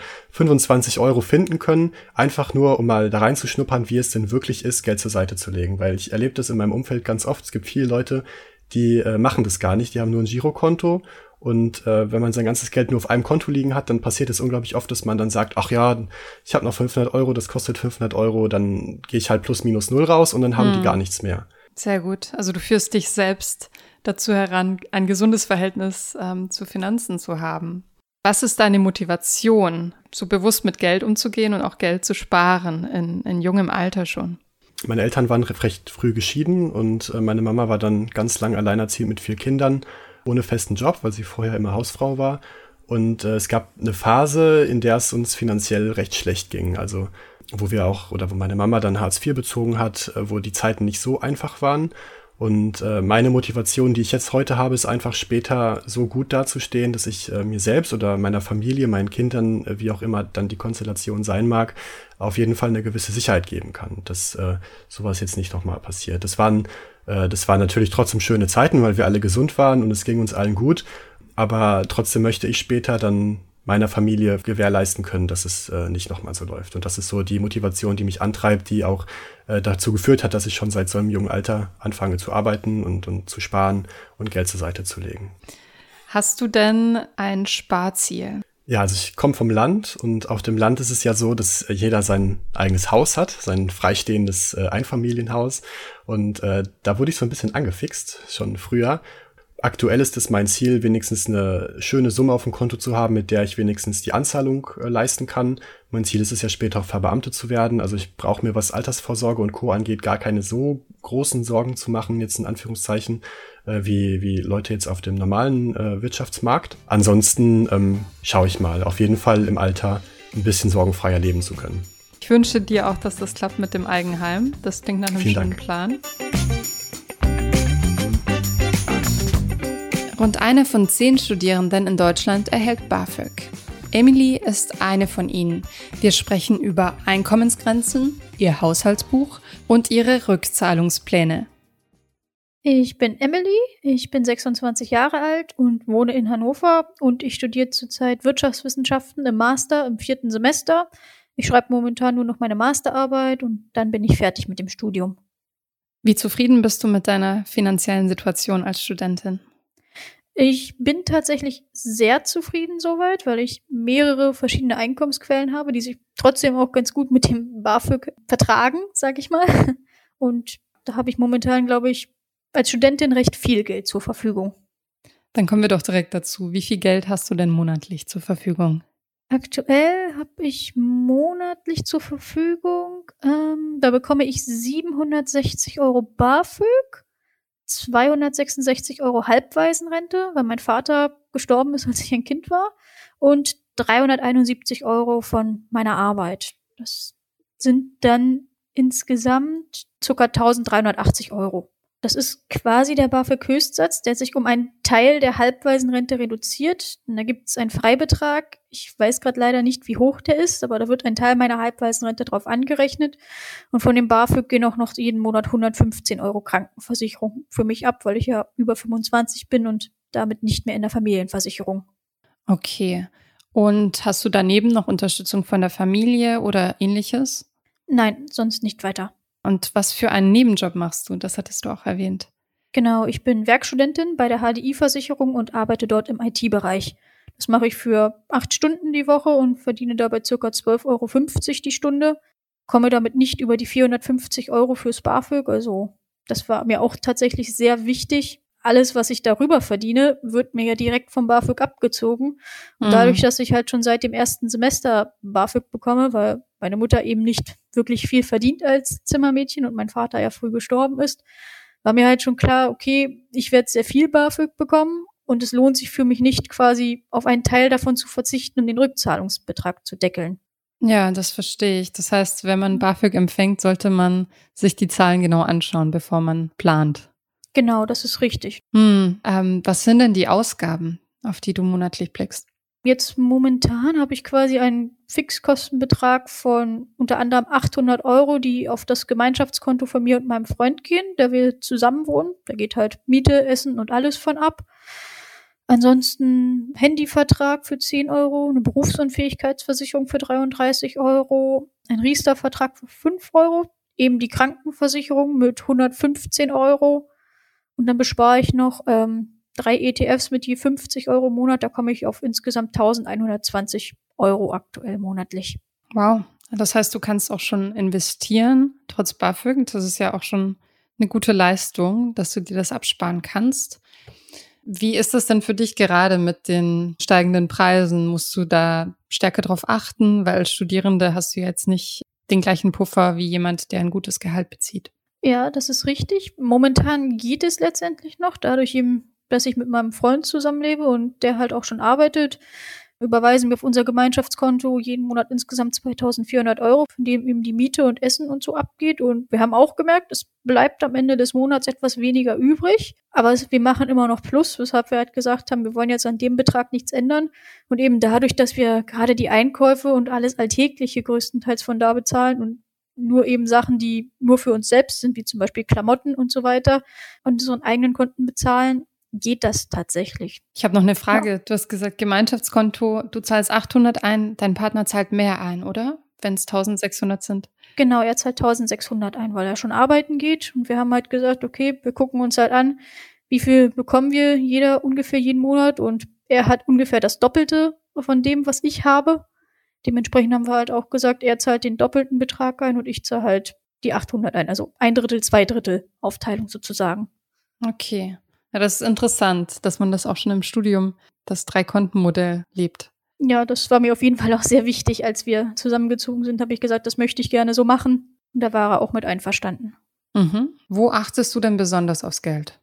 25 Euro finden können, einfach nur, um mal da reinzuschnuppern, wie es denn wirklich ist, Geld zur Seite zu legen. Weil ich erlebe das in meinem Umfeld ganz oft. Es gibt viele Leute, die machen das gar nicht, die haben nur ein Girokonto und wenn man sein ganzes Geld nur auf einem Konto liegen hat, dann passiert es unglaublich oft, dass man dann sagt, ach ja, ich habe noch 500 Euro, das kostet 500 Euro, dann gehe ich halt plus minus null raus und dann haben die gar nichts mehr. Sehr gut, also du führst dich selbst dazu heran, ein gesundes Verhältnis zu Finanzen zu haben. Was ist deine Motivation, so bewusst mit Geld umzugehen und auch Geld zu sparen in jungem Alter schon? Meine Eltern waren recht früh geschieden und meine Mama war dann ganz lang alleinerziehend mit 4 Kindern, ohne festen Job, weil sie vorher immer Hausfrau war. Und es gab eine Phase, in der es uns finanziell recht schlecht ging. Also wo meine Mama dann Hartz IV bezogen hat, wo die Zeiten nicht so einfach waren. Und meine Motivation, die ich jetzt heute habe, ist einfach später so gut dazustehen, dass ich mir selbst oder meiner Familie, meinen Kindern, wie auch immer dann die Konstellation sein mag, auf jeden Fall eine gewisse Sicherheit geben kann, dass sowas jetzt nicht nochmal passiert. Das waren natürlich trotzdem schöne Zeiten, weil wir alle gesund waren und es ging uns allen gut. Aber trotzdem möchte ich später dann meiner Familie gewährleisten können, dass es nicht nochmal so läuft. Und das ist so die Motivation, die mich antreibt, die auch dazu geführt hat, dass ich schon seit so einem jungen Alter anfange zu arbeiten und zu sparen und Geld zur Seite zu legen. Hast du denn ein Sparziel? Ja, also ich komme vom Land und auf dem Land ist es ja so, dass jeder sein eigenes Haus hat, sein freistehendes Einfamilienhaus. Und da wurde ich so ein bisschen angefixt, schon früher. Aktuell ist es mein Ziel, wenigstens eine schöne Summe auf dem Konto zu haben, mit der ich wenigstens die Anzahlung leisten kann. Mein Ziel ist es ja später auch verbeamtet zu werden. Also ich brauche mir, was Altersvorsorge und Co. angeht, gar keine so großen Sorgen zu machen, jetzt in Anführungszeichen, wie Leute jetzt auf dem normalen Wirtschaftsmarkt. Ansonsten schaue ich mal, auf jeden Fall im Alter ein bisschen sorgenfreier leben zu können. Ich wünsche dir auch, dass das klappt mit dem Eigenheim. Das klingt nach einem schönen Plan. Rund 1 von 10 Studierenden in Deutschland erhält BAföG. Emily ist eine von ihnen. Wir sprechen über Einkommensgrenzen, ihr Haushaltsbuch und ihre Rückzahlungspläne. Ich bin Emily, ich bin 26 Jahre alt und wohne in Hannover und ich studiere zurzeit Wirtschaftswissenschaften im Master im 4. Semester. Ich schreibe momentan nur noch meine Masterarbeit und dann bin ich fertig mit dem Studium. Wie zufrieden bist du mit deiner finanziellen Situation als Studentin? Ich bin tatsächlich sehr zufrieden soweit, weil ich mehrere verschiedene Einkommensquellen habe, die sich trotzdem auch ganz gut mit dem BAföG vertragen, sag ich mal. Und da habe ich momentan, glaube ich, als Studentin recht viel Geld zur Verfügung. Dann kommen wir doch direkt dazu. Wie viel Geld hast du denn monatlich zur Verfügung? Aktuell habe ich monatlich zur Verfügung, da bekomme ich 760 Euro BAföG, 266 Euro Halbwaisenrente, weil mein Vater gestorben ist, als ich ein Kind war, und 371 Euro von meiner Arbeit. Das sind dann insgesamt ca. 1380 Euro. Das ist quasi der BAföG-Höchstsatz, der sich um einen Teil der Halbwaisenrente reduziert. Und da gibt es einen Freibetrag. Ich weiß gerade leider nicht, wie hoch der ist, aber da wird ein Teil meiner Halbwaisenrente drauf angerechnet. Und von dem BAföG gehen auch noch jeden Monat 115 Euro Krankenversicherung für mich ab, weil ich ja über 25 bin und damit nicht mehr in der Familienversicherung. Okay. Und hast du daneben noch Unterstützung von der Familie oder ähnliches? Nein, sonst nicht weiter. Und was für einen Nebenjob machst du? Das hattest du auch erwähnt. Genau, ich bin Werkstudentin bei der HDI-Versicherung und arbeite dort im IT-Bereich. Das mache ich für 8 Stunden die Woche und verdiene dabei ca. 12,50 Euro die Stunde. Komme damit nicht über die 450 Euro fürs BAföG. Also das war mir auch tatsächlich sehr wichtig. Alles, was ich darüber verdiene, wird mir ja direkt vom BAföG abgezogen. Und dadurch, dass ich halt schon seit dem 1. Semester BAföG bekomme, weil meine Mutter eben nicht wirklich viel verdient als Zimmermädchen und mein Vater ja früh gestorben ist, war mir halt schon klar, okay, ich werde sehr viel BAföG bekommen und es lohnt sich für mich nicht, quasi auf einen Teil davon zu verzichten, um den Rückzahlungsbetrag zu deckeln. Ja, das verstehe ich. Das heißt, wenn man BAföG empfängt, sollte man sich die Zahlen genau anschauen, bevor man plant. Genau, das ist richtig. Was sind denn die Ausgaben, auf die du monatlich blickst? Jetzt momentan habe ich quasi einen Fixkostenbetrag von unter anderem 800 Euro, die auf das Gemeinschaftskonto von mir und meinem Freund gehen, da wir zusammen wohnen. Da geht halt Miete, Essen und alles von ab. Ansonsten Handyvertrag für 10 Euro, eine Berufsunfähigkeitsversicherung für 33 Euro, ein Riester-Vertrag für 5 Euro, eben die Krankenversicherung mit 115 Euro. Und dann bespare ich noch 3 ETFs mit je 50 Euro im Monat. Da komme ich auf insgesamt 1120 Euro aktuell monatlich. Wow, das heißt, du kannst auch schon investieren, trotz BAföG. Das ist ja auch schon eine gute Leistung, dass du dir das absparen kannst. Wie ist das denn für dich gerade mit den steigenden Preisen? Musst du da stärker drauf achten? Weil als Studierende hast du jetzt nicht den gleichen Puffer wie jemand, der ein gutes Gehalt bezieht. Ja, das ist richtig. Momentan geht es letztendlich noch, dadurch eben, dass ich mit meinem Freund zusammenlebe und der halt auch schon arbeitet, überweisen wir auf unser Gemeinschaftskonto jeden Monat insgesamt 2.400 Euro, von dem eben die Miete und Essen und so abgeht. Und wir haben auch gemerkt, es bleibt am Ende des Monats etwas weniger übrig. Aber wir machen immer noch Plus, weshalb wir halt gesagt haben, wir wollen jetzt an dem Betrag nichts ändern. Und eben dadurch, dass wir gerade die Einkäufe und alles Alltägliche größtenteils von da bezahlen und nur eben Sachen, die nur für uns selbst sind, wie zum Beispiel Klamotten und so weiter, und so einen eigenen Konten bezahlen, geht das tatsächlich. Ich habe noch eine Frage. Ja. Du hast gesagt, Gemeinschaftskonto, du zahlst 800 ein, dein Partner zahlt mehr ein, oder? Wenn es 1.600 sind. Genau, er zahlt 1.600 ein, weil er schon arbeiten geht. Und wir haben halt gesagt, okay, wir gucken uns halt an, wie viel bekommen wir jeder ungefähr jeden Monat. Und er hat ungefähr das Doppelte von dem, was ich habe. Dementsprechend haben wir halt auch gesagt, er zahlt den doppelten Betrag ein und ich zahle halt die 800 ein. Also 1/3, 2/3 Aufteilung sozusagen. Okay. Ja, das ist interessant, dass man das auch schon im Studium, das 3-Konten-Modell lebt. Ja, das war mir auf jeden Fall auch sehr wichtig. Als wir zusammengezogen sind, habe ich gesagt, das möchte ich gerne so machen. Und da war er auch mit einverstanden. Wo achtest du denn besonders aufs Geld?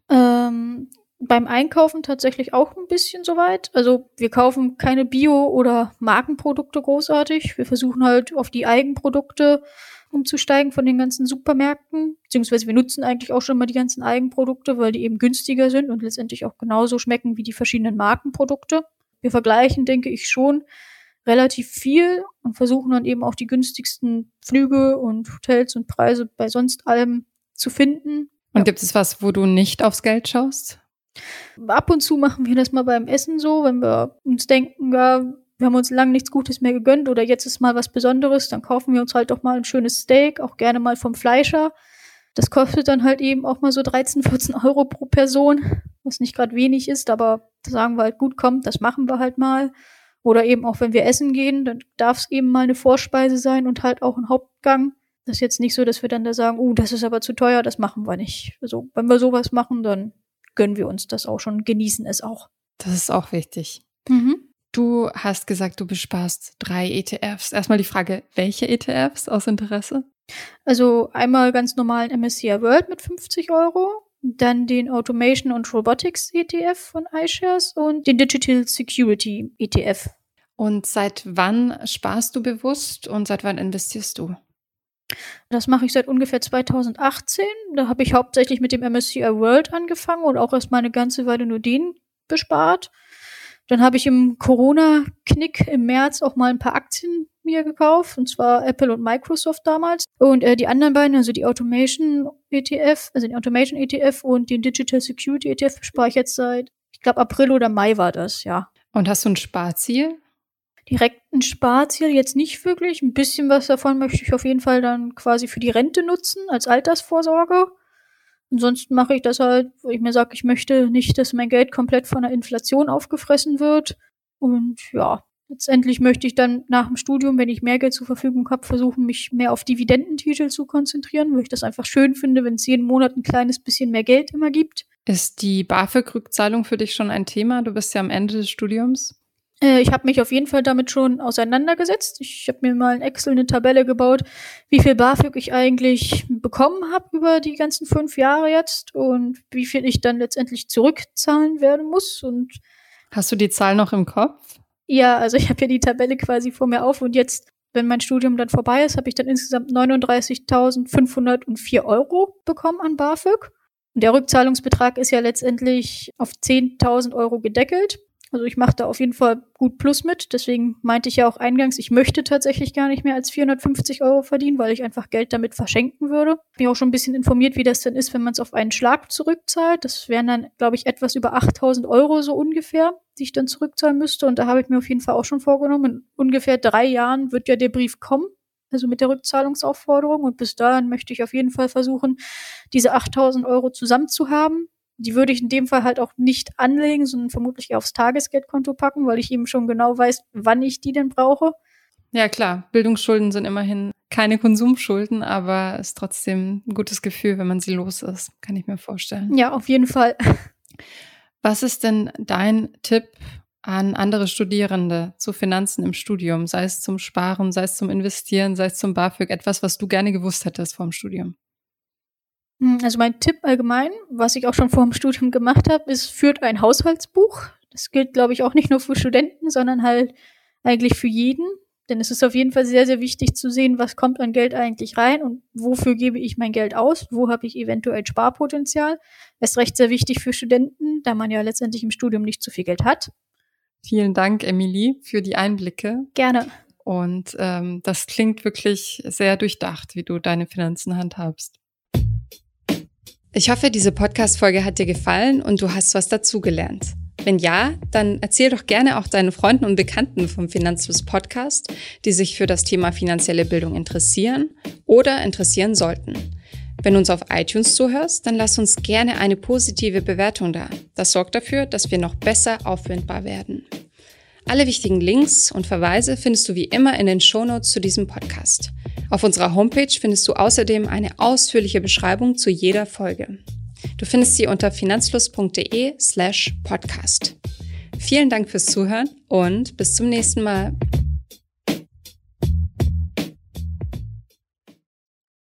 Beim Einkaufen tatsächlich auch ein bisschen soweit. Also wir kaufen keine Bio- oder Markenprodukte großartig. Wir versuchen halt auf die Eigenprodukte umzusteigen von den ganzen Supermärkten. Beziehungsweise wir nutzen eigentlich auch schon mal die ganzen Eigenprodukte, weil die eben günstiger sind und letztendlich auch genauso schmecken wie die verschiedenen Markenprodukte. Wir vergleichen, denke ich, schon relativ viel und versuchen dann eben auch die günstigsten Flüge und Hotels und Preise bei sonst allem zu finden. Und gibt es was, wo du nicht aufs Geld schaust? Ab und zu machen wir das mal beim Essen so, wenn wir uns denken, ja, wir haben uns lange nichts Gutes mehr gegönnt oder jetzt ist mal was Besonderes, dann kaufen wir uns halt doch mal ein schönes Steak, auch gerne mal vom Fleischer. Das kostet dann halt eben auch mal so 13, 14 Euro pro Person, was nicht gerade wenig ist, aber da sagen wir halt, gut, komm, das machen wir halt mal. Oder eben auch, wenn wir essen gehen, dann darf es eben mal eine Vorspeise sein und halt auch ein Hauptgang. Das ist jetzt nicht so, dass wir dann da sagen, das ist aber zu teuer, das machen wir nicht. Also wenn wir sowas machen, dann gönnen wir uns das auch schon, genießen es auch. Das ist auch wichtig. Mhm. Du hast gesagt, du besparst 3 ETFs. Erstmal die Frage, welche ETFs aus Interesse? Also einmal ganz normalen MSCI World mit 50 €, dann den Automation und Robotics ETF von iShares und den Digital Security ETF. Und seit wann sparst du bewusst und seit wann investierst du? Das mache ich seit ungefähr 2018. Da habe ich hauptsächlich mit dem MSCI World angefangen und auch erst mal eine ganze Weile nur den bespart. Dann habe ich im Corona-Knick im März auch mal ein paar Aktien mir gekauft, und zwar Apple und Microsoft damals. Und die anderen beiden, also die Automation ETF, also den Automation ETF und den Digital Security ETF, spare ich jetzt seit, ich glaube, April oder Mai war das, ja. Und hast du ein Sparziel? Direkt ein Sparziel jetzt nicht wirklich. Ein bisschen was davon möchte ich auf jeden Fall dann quasi für die Rente nutzen, als Altersvorsorge. Ansonsten mache ich das halt, wo ich mir sage, ich möchte nicht, dass mein Geld komplett von der Inflation aufgefressen wird. Und ja, letztendlich möchte ich dann nach dem Studium, wenn ich mehr Geld zur Verfügung habe, versuchen, mich mehr auf Dividendentitel zu konzentrieren, weil ich das einfach schön finde, wenn es jeden Monat ein kleines bisschen mehr Geld immer gibt. Ist die BAföG-Rückzahlung für dich schon ein Thema? Du bist ja am Ende des Studiums. Ich habe mich auf jeden Fall damit schon auseinandergesetzt. Ich habe mir mal in Excel eine Tabelle gebaut, wie viel BAföG ich eigentlich bekommen habe über die ganzen 5 Jahre jetzt und wie viel ich dann letztendlich zurückzahlen werden muss. Und hast du die Zahl noch im Kopf? Ja, also ich habe ja die Tabelle quasi vor mir auf und jetzt, wenn mein Studium dann vorbei ist, habe ich dann insgesamt 39.504 € bekommen an BAföG. Und der Rückzahlungsbetrag ist ja letztendlich auf 10.000 € gedeckelt. Also ich mache da auf jeden Fall gut Plus mit. Deswegen meinte ich ja auch eingangs, ich möchte tatsächlich gar nicht mehr als 450 € verdienen, weil ich einfach Geld damit verschenken würde. Ich bin auch schon ein bisschen informiert, wie das denn ist, wenn man es auf einen Schlag zurückzahlt. Das wären dann, glaube ich, etwas über 8.000 € so ungefähr, die ich dann zurückzahlen müsste. Und da habe ich mir auf jeden Fall auch schon vorgenommen, in ungefähr 3 Jahren wird ja der Brief kommen, also mit der Rückzahlungsaufforderung. Und bis dahin möchte ich auf jeden Fall versuchen, diese 8.000 € zusammen zu haben. Die würde ich in dem Fall halt auch nicht anlegen, sondern vermutlich eher aufs Tagesgeldkonto packen, weil ich eben schon genau weiß, wann ich die denn brauche. Ja, klar. Bildungsschulden sind immerhin keine Konsumschulden, aber ist trotzdem ein gutes Gefühl, wenn man sie los ist. Kann ich mir vorstellen. Ja, auf jeden Fall. Was ist denn dein Tipp an andere Studierende zu Finanzen im Studium? Sei es zum Sparen, sei es zum Investieren, sei es zum BAföG. Etwas, was du gerne gewusst hättest vor dem Studium. Also mein Tipp allgemein, was ich auch schon vor dem Studium gemacht habe, ist, führt ein Haushaltsbuch. Das gilt, glaube ich, auch nicht nur für Studenten, sondern halt eigentlich für jeden. Denn es ist auf jeden Fall sehr, sehr wichtig zu sehen, was kommt an Geld eigentlich rein und wofür gebe ich mein Geld aus, wo habe ich eventuell Sparpotenzial. Erst recht sehr wichtig für Studenten, da man ja letztendlich im Studium nicht so viel Geld hat. Vielen Dank, Emilie, für die Einblicke. Gerne. Und das klingt wirklich sehr durchdacht, wie du deine Finanzen handhabst. Ich hoffe, diese Podcast-Folge hat dir gefallen und du hast was dazugelernt. Wenn ja, dann erzähl doch gerne auch deinen Freunden und Bekannten vom Finanzfluss Podcast, die sich für das Thema finanzielle Bildung interessieren oder interessieren sollten. Wenn du uns auf iTunes zuhörst, dann lass uns gerne eine positive Bewertung da. Das sorgt dafür, dass wir noch besser auffindbar werden. Alle wichtigen Links und Verweise findest du wie immer in den Shownotes zu diesem Podcast. Auf unserer Homepage findest du außerdem eine ausführliche Beschreibung zu jeder Folge. Du findest sie unter finanzfluss.de/podcast. Vielen Dank fürs Zuhören und bis zum nächsten Mal.